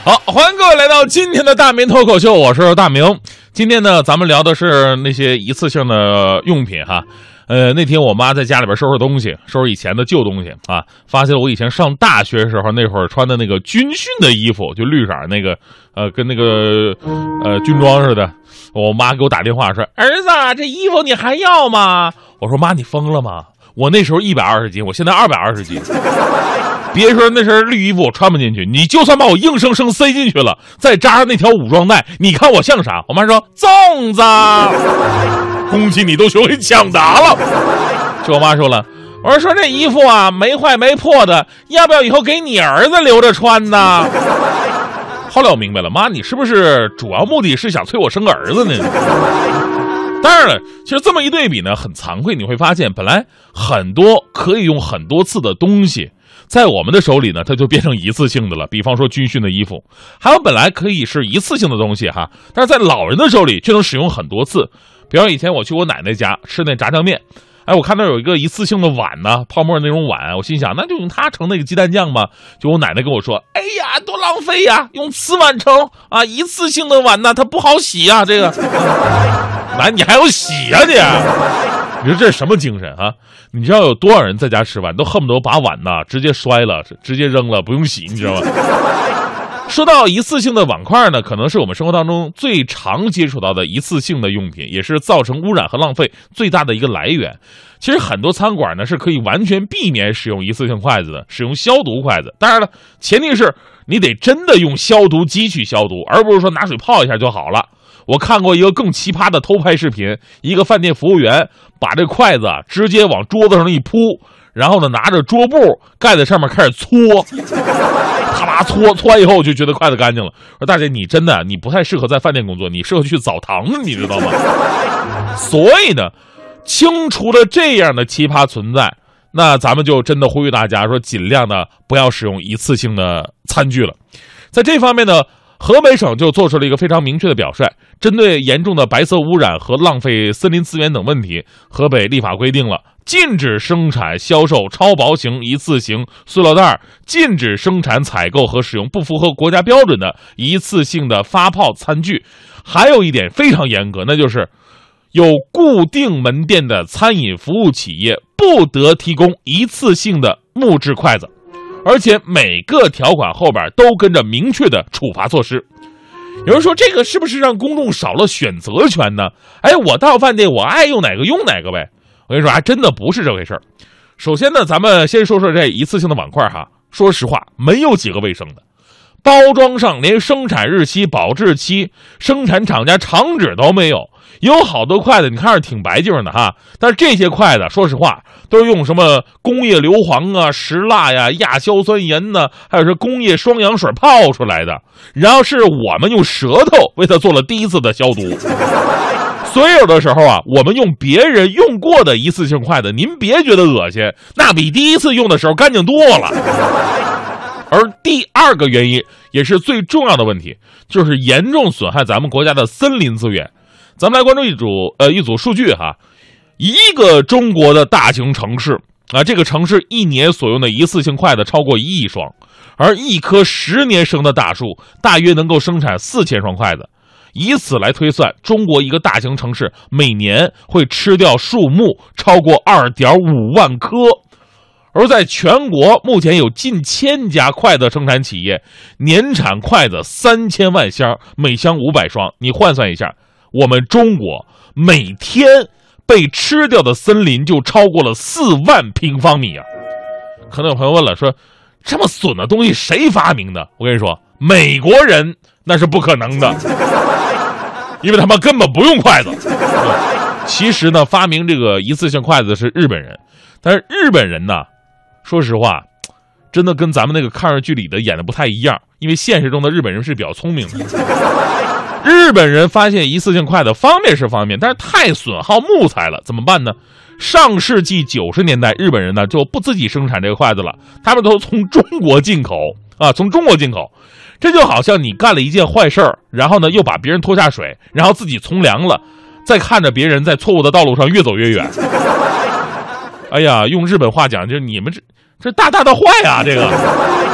好，欢迎各位来到今天的大明脱口秀，我是大明。今天呢，咱们聊的是那些一次性的用品哈。那天我妈在家里边收拾东西，收拾以前的旧东西啊，发现我以前上大学时候那会儿穿的那个军训的衣服，就绿色那个，跟那个军装似的。我妈给我打电话说：“儿子，这衣服你还要吗？”我说：“妈，你疯了吗？我那时候120斤，我现在220斤。”别说那身绿衣服我穿不进去，你就算把我硬生生塞进去了，再扎上那条武装带，你看我像啥？我妈说：“粽子。”恭喜你都学会抢答了。就我妈说了，我说这衣服啊没坏没破的，要不要以后给你儿子留着穿呢？后来我明白了，妈，你是不是主要目的是想催我生个儿子呢？当然了，其实这么一对比呢，很惭愧，你会发现本来很多可以用很多次的东西，在我们的手里呢，它就变成一次性的了。比方说军训的衣服，还有本来可以是一次性的东西哈，但是在老人的手里却能使用很多次。比方以前我去我奶奶家吃那炸酱面，我看到有一个一次性的碗呢，泡沫那种碗，我心想那就用它盛那个鸡蛋酱吧。就我奶奶跟我说：“哎呀，多浪费呀，用瓷碗盛啊，一次性的碗呢，它不好洗啊，这个。”奶，你还要洗啊你？你说这是什么精神啊？你知道有多少人在家吃饭都恨不得把碗呐直接摔了，直接扔了，不用洗，你知道吗？说到一次性的碗筷呢，可能是我们生活当中最常接触到的一次性的用品，也是造成污染和浪费最大的一个来源。其实很多餐馆呢是可以完全避免使用一次性筷子的，使用消毒筷子。当然了，前提是你得真的用消毒机去消毒，而不是说拿水泡一下就好了。我看过一个更奇葩的偷拍视频，一个饭店服务员把这筷子直接往桌子上一铺，然后呢拿着桌布盖在上面开始搓，啪啦搓完以后就觉得筷子干净了。说大姐，你真的你不太适合在饭店工作，你适合去澡堂子，你知道吗？所以呢，清除了这样的奇葩存在，那咱们就真的呼吁大家说，尽量的不要使用一次性的餐具了。在这方面呢，河北省就做出了一个非常明确的表率，针对严重的白色污染和浪费森林资源等问题，河北立法规定了禁止生产销售超薄型一次性塑料袋，禁止生产采购和使用不符合国家标准的一次性的发泡餐具。还有一点非常严格，那就是有固定门店的餐饮服务企业不得提供一次性的木质筷子，而且每个条款后边都跟着明确的处罚措施。有人说这个是不是让公众少了选择权呢？我到饭店我爱用哪个用哪个呗。我跟你说，还真的不是这回事儿。首先呢，咱们先说说这一次性的碗筷哈。说实话，没有几个卫生的，包装上连生产日期、保质期、生产厂家厂址都没有。有好多筷子你看着挺白净的哈，但是这些筷子说实话都是用什么工业硫磺啊、石蜡呀、亚硝酸盐呢，还有是工业双氧水泡出来的，然后是我们用舌头为它做了第一次的消毒。所以有的时候啊，我们用别人用过的一次性筷子，您别觉得恶心，那比第一次用的时候干净多了。而第二个原因也是最重要的问题，就是严重损害咱们国家的森林资源。咱们来关注一组数据哈，一个中国的大型城市啊，这个城市一年所用的一次性筷子超过1亿双，而一棵10年生的大树大约能够生产4000双筷子。以此来推算，中国一个大型城市每年会吃掉树木超过2.5万棵。而在全国目前有近1000家筷子生产企业，年产筷子3000万箱，每箱500双。你换算一下，我们中国每天被吃掉的森林就超过了4万平方米啊！可能有朋友问了，说这么损的东西谁发明的？我跟你说，美国人那是不可能的，因为他们根本不用筷子。其实呢，发明这个一次性筷子是日本人，但是日本人呢，说实话，真的跟咱们那个抗日剧里的演的不太一样，因为现实中的日本人是比较聪明的。日本人发现一次性筷子方便是方便，但是太损耗木材了，怎么办呢？上世纪90年代，日本人呢就不自己生产这个筷子了，他们都从中国进口啊，从中国进口。这就好像你干了一件坏事儿，然后呢又把别人拖下水，然后自己从良了，再看着别人在错误的道路上越走越远。哎呀，用日本话讲，就是你们这大大的坏啊！这个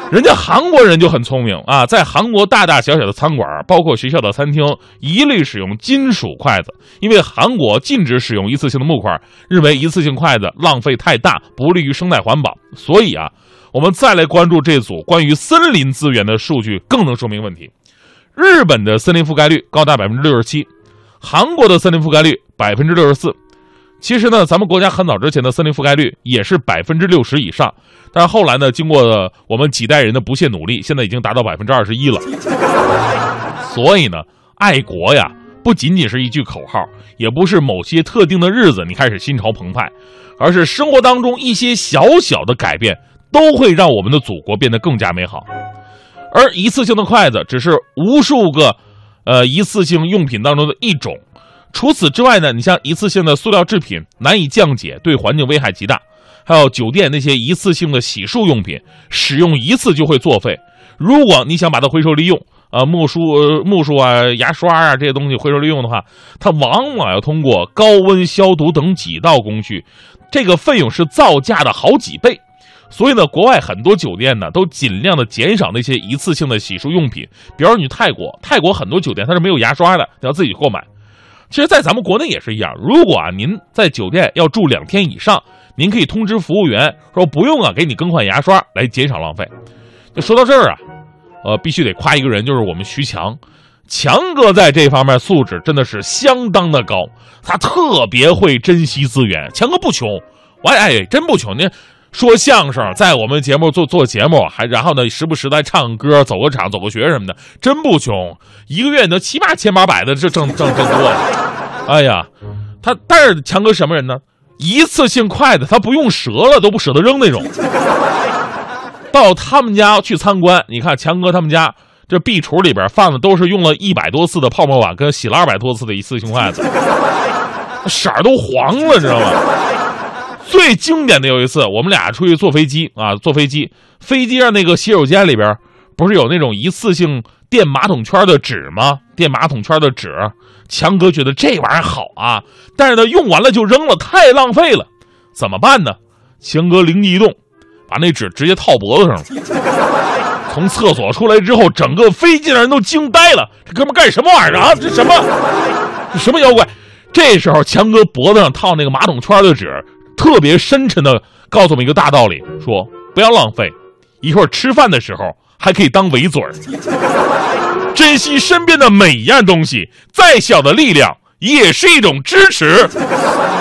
人家韩国人就很聪明啊，在韩国大大小小的餐馆，包括学校的餐厅，一律使用金属筷子，因为韩国禁止使用一次性的木筷，认为一次性筷子浪费太大，不利于生态环保。所以啊，我们再来关注这组关于森林资源的数据，更能说明问题。日本的森林覆盖率高达67%，韩国的森林覆盖率64%。其实呢，咱们国家很早之前的森林覆盖率也是60%以上，但是后来呢，经过我们几代人的不懈努力，现在已经达到21%了。所以呢，爱国呀，不仅仅是一句口号，也不是某些特定的日子你开始心潮澎湃，而是生活当中一些小小的改变，都会让我们的祖国变得更加美好。而一次性的筷子只是无数个一次性用品当中的一种。除此之外呢，你像一次性的塑料制品难以降解，对环境危害极大，还有酒店那些一次性的洗漱用品，使用一次就会作废。如果你想把它回收利用木梳啊、牙刷啊这些东西回收利用的话，它往往要通过高温消毒等几道工序，这个费用是造价的好几倍。所以呢，国外很多酒店呢都尽量的减少那些一次性的洗漱用品，比如你泰国很多酒店它是没有牙刷的，你要自己购买。其实在咱们国内也是一样，如果您在酒店要住2天以上，您可以通知服务员说不用给你更换牙刷，来减少浪费。就说到这儿必须得夸一个人，就是我们徐强哥在这方面素质真的是相当的高，他特别会珍惜资源。强哥不穷，真不穷。您说相声，在我们节目做节目，然后呢时不时的唱歌、走个场、走个学什么的，真不穷。一个月呢7、8千800的，这挣多了。哎呀，但是强哥什么人呢？一次性筷子他不用折了都不舍得扔那种。到他们家去参观，你看强哥他们家这壁橱里边放的都是用了100多次的泡沫碗，跟洗了200多次的一次性筷子，色儿都黄了，知道吗？最经典的有一次，我们俩出去坐飞机，飞机上那个洗手间里边不是有那种一次性垫马桶圈的纸吗？垫马桶圈的纸，强哥觉得这玩意儿好啊，但是呢用完了就扔了，太浪费了，怎么办呢？强哥灵机一动，把那纸直接套脖子上了。从厕所出来之后，整个飞机的人都惊呆了，这哥们干什么玩意儿啊？这什么妖怪？这时候强哥脖子上套那个马桶圈的纸，特别深沉的告诉我们一个大道理，说不要浪费，一会儿吃饭的时候还可以当围嘴儿。珍惜身边的每一样东西，再小的力量也是一种支持。